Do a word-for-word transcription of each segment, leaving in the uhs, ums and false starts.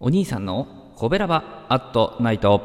お兄さんのコベラバアットナイト。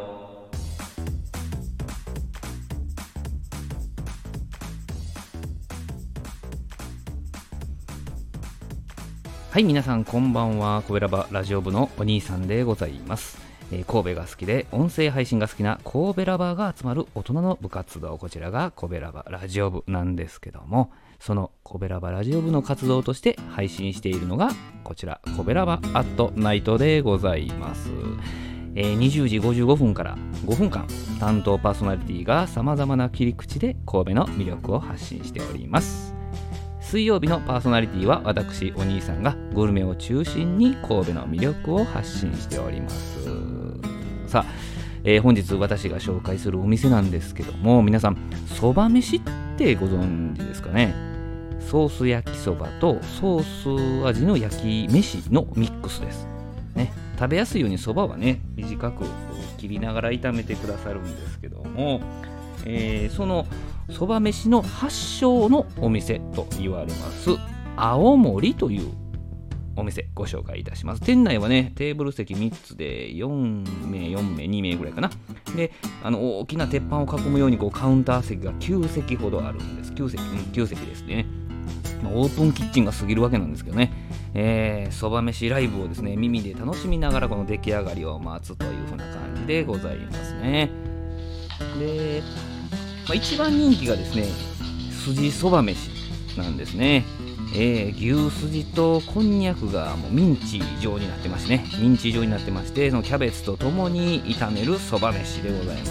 はい、皆さんこんばんは。コベラバラジオ部のお兄さんでございます。えー、神戸が好きで音声配信が好きな神戸ラバーが集まる大人の部活動、こちらが神戸ラバラジオ部なんですけども、その神戸ラバラジオ部の活動として配信しているのがこちら、神戸ラバアットナイトでございます。えー、にじゅうじごじゅうごふんからごふんかん、担当パーソナリティがさまざまな切り口で神戸の魅力を発信しております。水曜日のパーソナリティは私お兄さんがグルメを中心に神戸の魅力を発信しております。さあ、えー、本日私が紹介するお店なんですけども、皆さんそば飯ってご存知ですかね。ソース焼きそばとソース味の焼き飯のミックスです、ね、食べやすいようにそばはね短く切りながら炒めてくださるんですけども、えー、そのそば飯の発祥のお店と言われます青森というお店ご紹介いたします。店内はねテーブル席みっつでよんめいよんめいにめいぐらいかな。で、あの大きな鉄板を囲むようにこうカウンター席がきゅうせきほどあるんです。きゅうせき、うん、きゅうせきですね。オープンキッチンが過ぎるわけなんですけどね、えー、そば飯ライブをですね耳で楽しみながらこの出来上がりを待つという風な感じでございますね。で、まあ、一番人気がですね筋そば飯なんですね。えー、牛すじとこんにゃくがもうミンチ状になってましてねミンチ状になってましてそのキャベツとともに炒めるそば飯でございます。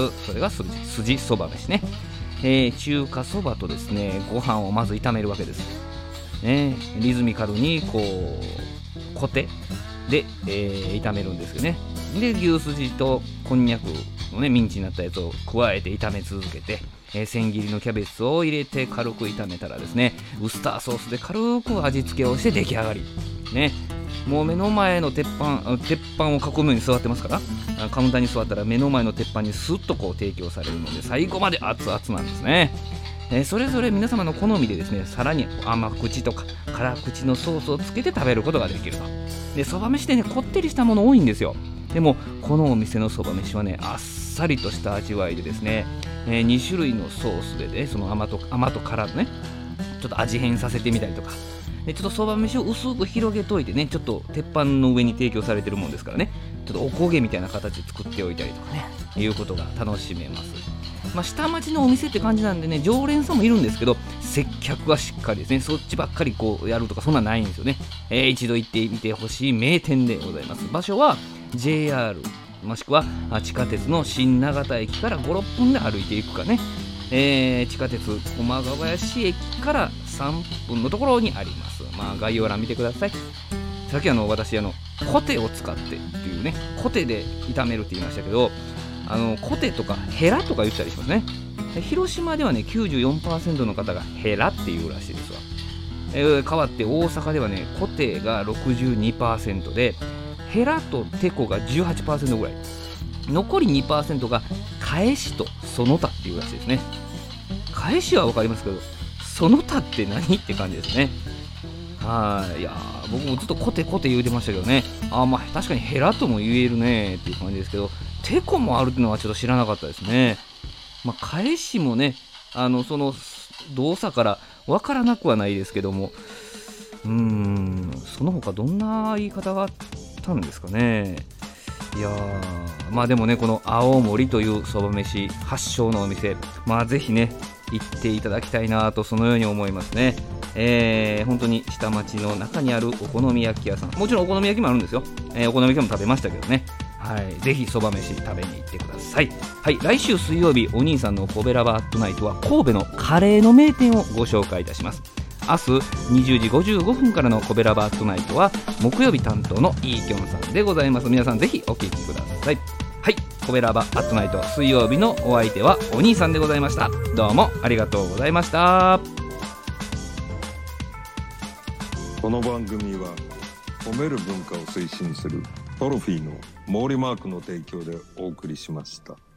それがすじそば飯ね。えー、中華そばとですねご飯をまず炒めるわけです、ね、リズミカルにこうコテで、えー、炒めるんですけどね。で牛すじとこんにゃくのねミンチになったやつを加えて炒め続けて、えー、千切りのキャベツを入れて軽く炒めたらですねウスターソースで軽く味付けをして出来上がりね。もう目の前の鉄板鉄板を囲むように座ってますからカウンターに座ったら目の前の鉄板にスッとこう提供されるので最後まで熱々なんですね。えー、それぞれ皆様の好みでですねさらに甘口とか辛口のソースをつけて食べることができると。でそば飯ってねこってりしたもの多いんですよ。でもこのお店のそば飯はねあっさりとした味わいでですね、えー、にしゅるいのソースでねその甘と甘と辛のねちょっと味変させてみたりとかでちょっとそば飯を薄く広げといてねちょっと鉄板の上に提供されてるもんですからねちょっとおこげみたいな形で作っておいたりとかねいうことが楽しめます。まあ、下町のお店って感じなんでね常連さんもいるんですけど接客はしっかりですね。そっちばっかりこうやるとかそんなんないんですよね。えー、一度行ってみてほしい名店でございます。場所は ジェイアール もしくは地下鉄の新長田駅からご、ろっぷんで歩いていくかね、えー、地下鉄駒ヶ林駅からさんぷんのところにあります。まあ概要欄見てください。さっきあの私あのコテを使ってっていうねコテで炒めるって言いましたけどあのコテとかヘラとか言ったりしますね。広島ではね きゅうじゅうよんパーセント の方がヘラっていうらしいですわ。えー、変わって大阪ではねコテが ろくじゅうにパーセント でヘラとテコが じゅうはちパーセント ぐらい残り にパーセント が返しとその他っていうらしいですね。返しは分かりますけどその他って何って感じですね。はい、いや僕もずっとコテコテ言うてましたけどねあまあ確かにヘラとも言えるねっていう感じですけどテコもあるっていうのはちょっと知らなかったですね。まあ返しもねあのその動作から分からなくはないですけどもうーんその他どんな言い方があったんですかね。いやーまあでもねこの青森というそば飯発祥のお店まあぜひね行っていただきたいなとそのように思いますね。えー、本当に下町の中にあるお好み焼き屋さんもちろんお好み焼きもあるんですよ、えー、お好み焼きも食べましたけどねはい、ぜひそば飯食べに行ってください。はい、来週水曜日お兄さんのコベラバアットナイトは神戸のカレーの名店をご紹介いたします。明日にじゅうじごじゅうごふんからのコベラバアットナイトは木曜日担当のイーキョンさんでございます。皆さんぜひお聞きください。はい、コベラバアットナイト水曜日のお相手はお兄さんでございました。どうもありがとうございました。 この番組は褒める文化を推進するトロフィーの毛利マークの提供でお送りしました。